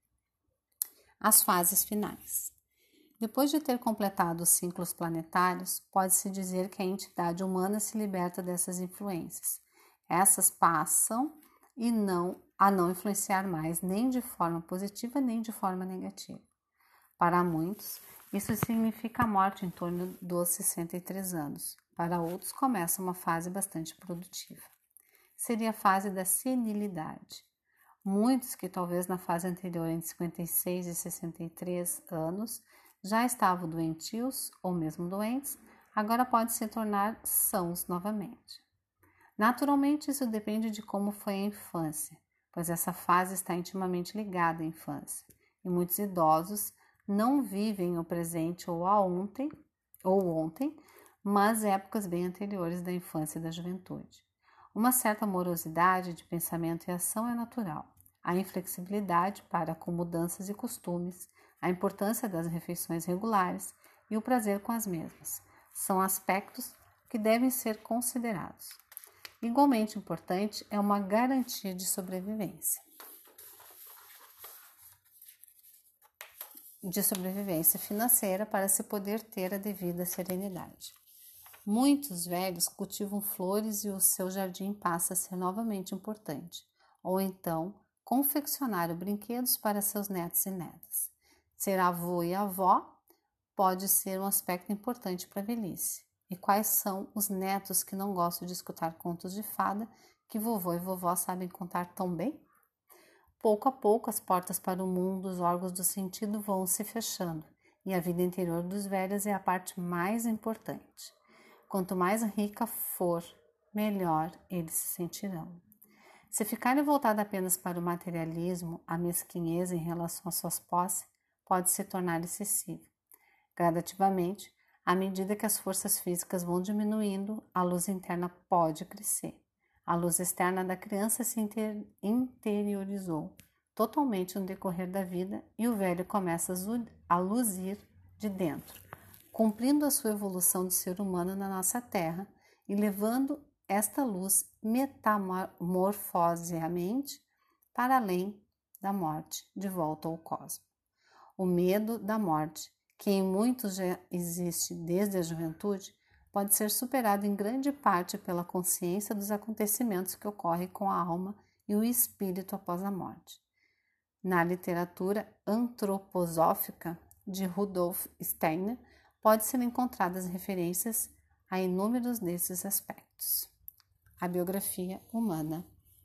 As fases finais. Depois de ter completado os ciclos planetários, pode-se dizer que a entidade humana se liberta dessas influências. Essas passam e não a não influenciar mais nem de forma positiva nem de forma negativa. Para muitos, isso significa a morte em torno dos sessenta e três anos. Para outros, começa uma fase bastante produtiva. Seria a fase da senilidade. Muitos que talvez na fase anterior, entre cinquenta e seis e sessenta e três anos, já estavam doentios ou mesmo doentes, agora podem se tornar sãos novamente. Naturalmente, isso depende de como foi a infância, pois essa fase está intimamente ligada à infância, e muitos idosos não vivem o presente ou a ontem, ou ontem, mas épocas bem anteriores da infância e da juventude. Uma certa morosidade de pensamento e ação é natural. A inflexibilidade para com mudanças e costumes, a importância das refeições regulares e o prazer com as mesmas são aspectos que devem ser considerados. Igualmente importante é uma garantia de sobrevivência. De sobrevivência financeira para se poder ter a devida serenidade. Muitos velhos cultivam flores e o seu jardim passa a ser novamente importante, ou então confeccionar brinquedos para seus netos e netas. Ser avô e avó pode ser um aspecto importante para a velhice. E quais são os netos que não gostam de escutar contos de fada que vovô e vovó sabem contar tão bem? Pouco a pouco as portas para o mundo, os órgãos do sentido vão se fechando e a vida interior dos velhos é a parte mais importante. Quanto mais rica for, melhor eles se sentirão. Se ficarem voltados apenas para o materialismo, a mesquinhez em relação às suas posses pode se tornar excessiva. Gradativamente, à medida que as forças físicas vão diminuindo, a luz interna pode crescer. A luz externa da criança se inter- interiorizou totalmente no decorrer da vida e o velho começa a luzir de dentro, cumprindo a sua evolução de ser humano na nossa terra e levando esta luz metamorfoseamente para além da morte, de volta ao cosmos. O medo da morte, que em muitos já existe desde a juventude, pode ser superado em grande parte pela consciência dos acontecimentos que ocorrem com a alma e o espírito após a morte. Na literatura antroposófica de Rudolf Steiner, pode ser encontradas referências a inúmeros desses aspectos. A biografia humana.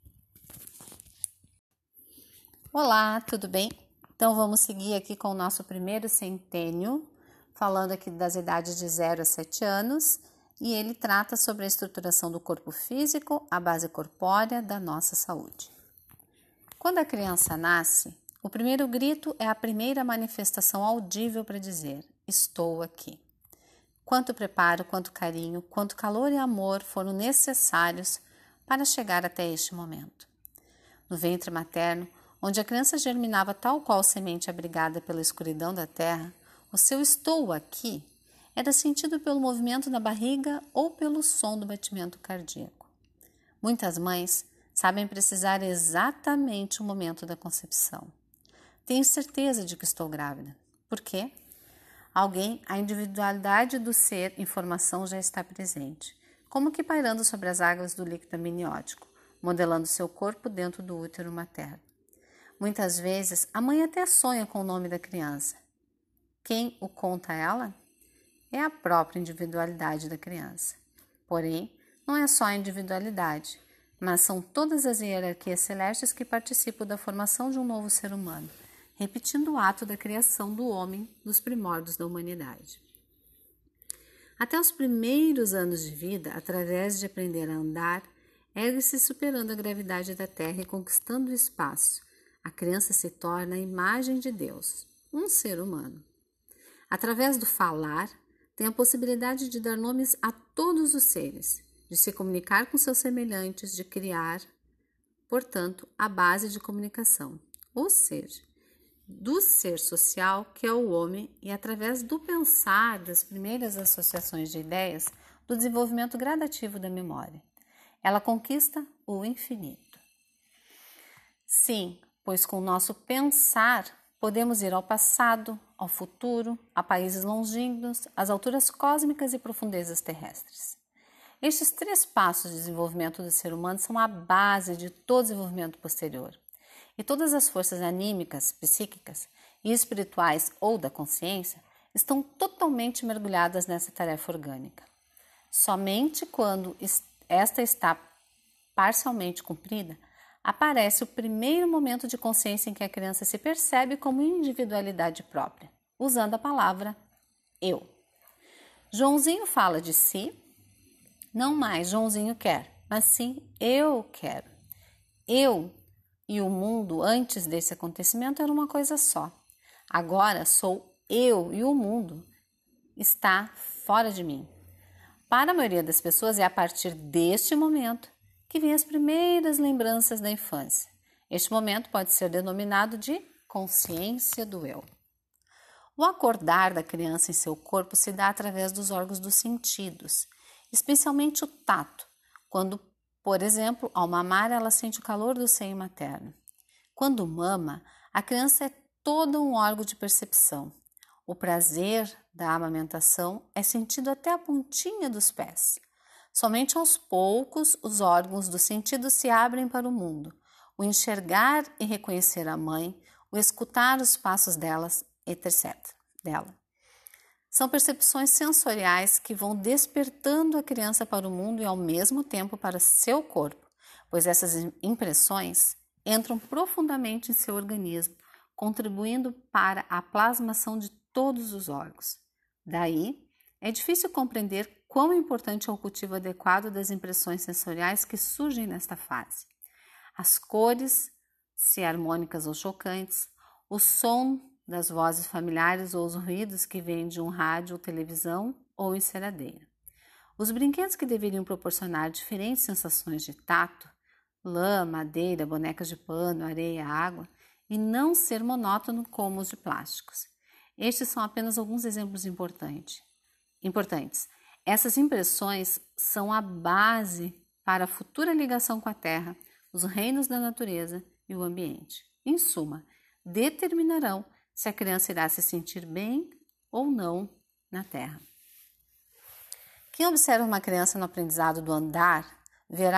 Olá, tudo bem? Então vamos seguir aqui com o nosso primeiro centênio, falando aqui das idades de zero a sete anos, e ele trata sobre a estruturação do corpo físico, a base corpórea da nossa saúde. Quando a criança nasce, o primeiro grito é a primeira manifestação audível para dizer: estou aqui. Quanto preparo, quanto carinho, quanto calor e amor foram necessários para chegar até este momento. No ventre materno, onde a criança germinava tal qual semente abrigada pela escuridão da terra, o seu estou aqui era sentido pelo movimento da barriga ou pelo som do batimento cardíaco. Muitas mães sabem precisar exatamente o momento da concepção. Tenho certeza de que estou grávida. Por quê? Alguém, a individualidade do ser em formação já está presente, como que pairando sobre as águas do líquido amniótico, modelando seu corpo dentro do útero materno. Muitas vezes, a mãe até sonha com o nome da criança. Quem o conta a ela? É a própria individualidade da criança. Porém, não é só a individualidade, mas são todas as hierarquias celestes que participam da formação de um novo ser humano, repetindo o ato da criação do homem dos primórdios da humanidade. Até os primeiros anos de vida, através de aprender a andar, ergue-se superando a gravidade da Terra e conquistando o espaço. A criança se torna a imagem de Deus, um ser humano. Através do falar, tem a possibilidade de dar nomes a todos os seres, de se comunicar com seus semelhantes, de criar, portanto, a base de comunicação, ou seja, do ser social que é o homem e através do pensar, das primeiras associações de ideias, do desenvolvimento gradativo da memória. Ela conquista o infinito. Sim, pois com o nosso pensar podemos ir ao passado, ao futuro, a países longínquos, às alturas cósmicas e profundezas terrestres. Estes três passos de desenvolvimento do ser humano são a base de todo desenvolvimento posterior. E todas as forças anímicas, psíquicas e espirituais ou da consciência estão totalmente mergulhadas nessa tarefa orgânica. Somente quando esta está parcialmente cumprida, aparece o primeiro momento de consciência em que a criança se percebe como individualidade própria, usando a palavra eu. Joãozinho fala de si, não mais Joãozinho quer, mas sim eu quero. Eu e o mundo antes desse acontecimento era uma coisa só. Agora sou eu e o mundo está fora de mim. Para a maioria das pessoas é a partir deste momento que vêm as primeiras lembranças da infância. Este momento pode ser denominado de consciência do eu. O acordar da criança em seu corpo se dá através dos órgãos dos sentidos, especialmente o tato, quando, por exemplo, ao mamar, ela sente o calor do seio materno. Quando mama, a criança é todo um órgão de percepção. O prazer da amamentação é sentido até a pontinha dos pés. Somente aos poucos os órgãos do sentido se abrem para o mundo, o enxergar e reconhecer a mãe, o escutar os passos delas, etcétera dela. São percepções sensoriais que vão despertando a criança para o mundo e ao mesmo tempo para seu corpo, pois essas impressões entram profundamente em seu organismo, contribuindo para a plasmação de todos os órgãos. Daí, é difícil compreender quão importante é o cultivo adequado das impressões sensoriais que surgem nesta fase. As cores, se harmônicas ou chocantes, o som das vozes familiares ou os ruídos que vêm de um rádio ou televisão ou enceradeira. Os brinquedos que deveriam proporcionar diferentes sensações de tato, lã, madeira, bonecas de pano, areia, água, e não ser monótono como os de plásticos. Estes são apenas alguns exemplos importantes. importantes. Essas impressões são a base para a futura ligação com a Terra, os reinos da natureza e o ambiente. Em suma, determinarão se a criança irá se sentir bem ou não na Terra. Quem observa uma criança no aprendizado do andar verá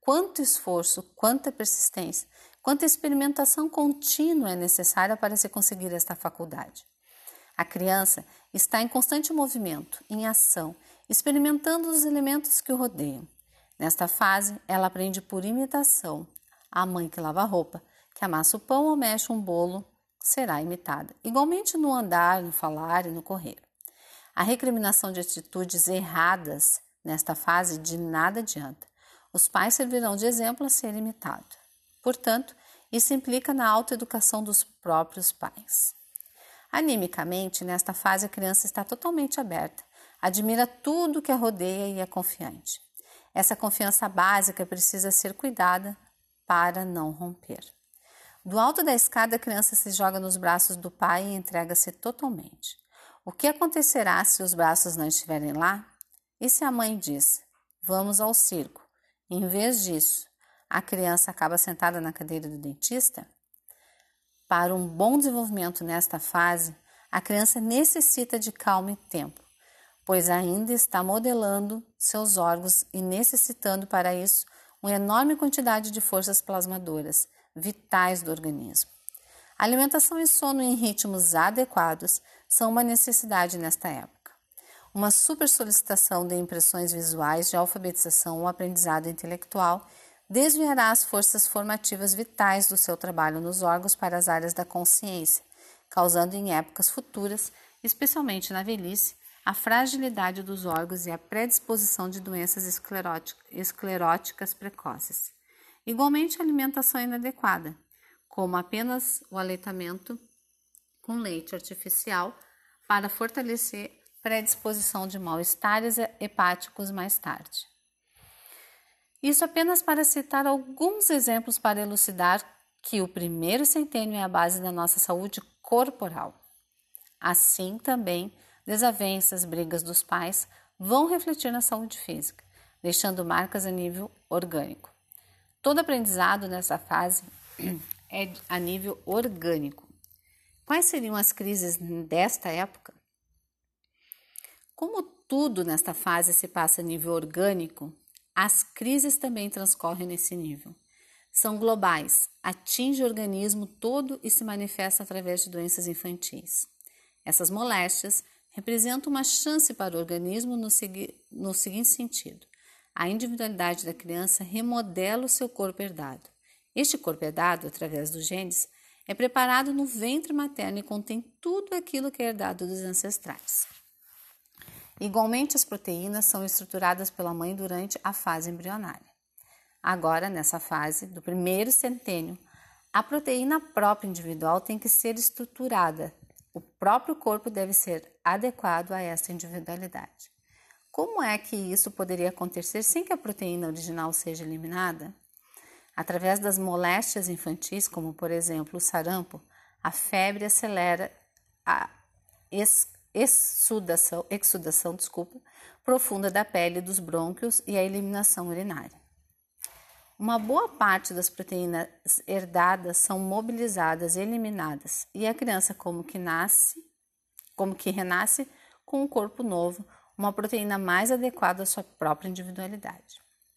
quanto esforço, quanta persistência, quanta experimentação contínua é necessária para se conseguir esta faculdade. A criança está em constante movimento, em ação, experimentando os elementos que o rodeiam. Nesta fase, ela aprende por imitação. A mãe que lava a roupa, que amassa o pão ou mexe um bolo, será imitada. Igualmente no andar, no falar e no correr. A recriminação de atitudes erradas nesta fase de nada adianta. Os pais servirão de exemplo a ser imitado. Portanto, isso implica na autoeducação dos próprios pais. Animicamente, nesta fase, a criança está totalmente aberta, admira tudo que a rodeia e é confiante. Essa confiança básica precisa ser cuidada para não romper. Do alto da escada, a criança se joga nos braços do pai e entrega-se totalmente. O que acontecerá se os braços não estiverem lá? E se a mãe diz, vamos ao circo? Em vez disso, a criança acaba sentada na cadeira do dentista? Para um bom desenvolvimento nesta fase, a criança necessita de calma e tempo, pois ainda está modelando seus órgãos e necessitando para isso uma enorme quantidade de forças plasmadoras, vitais do organismo. Alimentação e sono em ritmos adequados são uma necessidade nesta época. Uma supersolicitação de impressões visuais de alfabetização ou aprendizado intelectual desviará as forças formativas vitais do seu trabalho nos órgãos para as áreas da consciência, causando em épocas futuras, especialmente na velhice, a fragilidade dos órgãos e a predisposição de doenças escleróticas precoces. Igualmente, a alimentação inadequada, como apenas o aleitamento com leite artificial, para fortalecer predisposição de mal-estares hepáticos mais tarde. Isso apenas para citar alguns exemplos para elucidar que o primeiro centênio é a base da nossa saúde corporal. Assim também, desavenças, brigas dos pais vão refletir na saúde física, deixando marcas a nível orgânico. Todo aprendizado nessa fase é a nível orgânico. Quais seriam as crises desta época? Como tudo nesta fase se passa a nível orgânico, as crises também transcorrem nesse nível. São globais, atingem o organismo todo e se manifestam através de doenças infantis. Essas moléstias representam uma chance para o organismo no, segui- no seguinte sentido. A individualidade da criança remodela o seu corpo herdado. Este corpo herdado, através dos genes, é preparado no ventre materno e contém tudo aquilo que é herdado dos ancestrais. Igualmente, as proteínas são estruturadas pela mãe durante a fase embrionária. Agora, nessa fase do primeiro centênio, a proteína própria individual tem que ser estruturada. O próprio corpo deve ser adequado a essa individualidade. Como é que isso poderia acontecer sem que a proteína original seja eliminada? Através das moléstias infantis, como por exemplo o sarampo, a febre acelera a exsudação, exsudação desculpa, profunda da pele dos brônquios e a eliminação urinária. Uma boa parte das proteínas herdadas são mobilizadas e eliminadas, e a criança como que nasce, como que renasce com um corpo novo, uma proteína mais adequada à sua própria individualidade.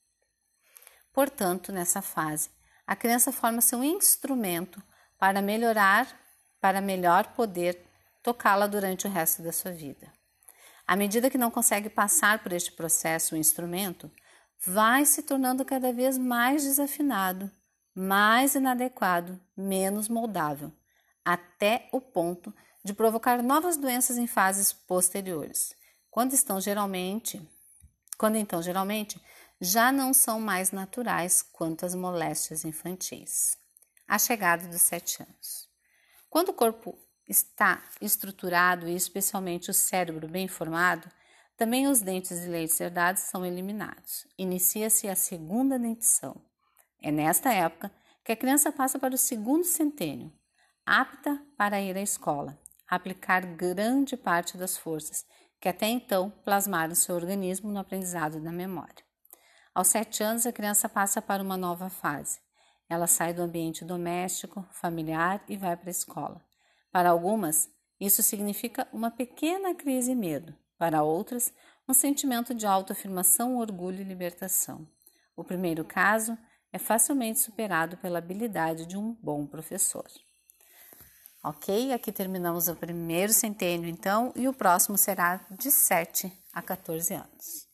Portanto, nessa fase, a criança forma-se um instrumento para melhorar, para melhor poder tocá-la durante o resto da sua vida. À medida que não consegue passar por este processo, o instrumento vai se tornando cada vez mais desafinado, mais inadequado, menos moldável, até o ponto de provocar novas doenças em fases posteriores, quando estão geralmente, quando então geralmente já não são mais naturais quanto as moléstias infantis. A chegada dos sete anos. Quando o corpo está estruturado e especialmente o cérebro bem formado, também os dentes de leite herdados são eliminados. Inicia-se a segunda dentição. É nesta época que a criança passa para o segundo centênio, apta para ir à escola, aplicar grande parte das forças que até então plasmaram seu organismo no aprendizado da memória. Aos sete anos, a criança passa para uma nova fase. Ela sai do ambiente doméstico, familiar e vai para a escola. Para algumas, isso significa uma pequena crise e medo. Para outras, um sentimento de autoafirmação, orgulho e libertação. O primeiro caso é facilmente superado pela habilidade de um bom professor. Ok? Aqui terminamos o primeiro centênio, então, e o próximo será de sete a quatorze anos.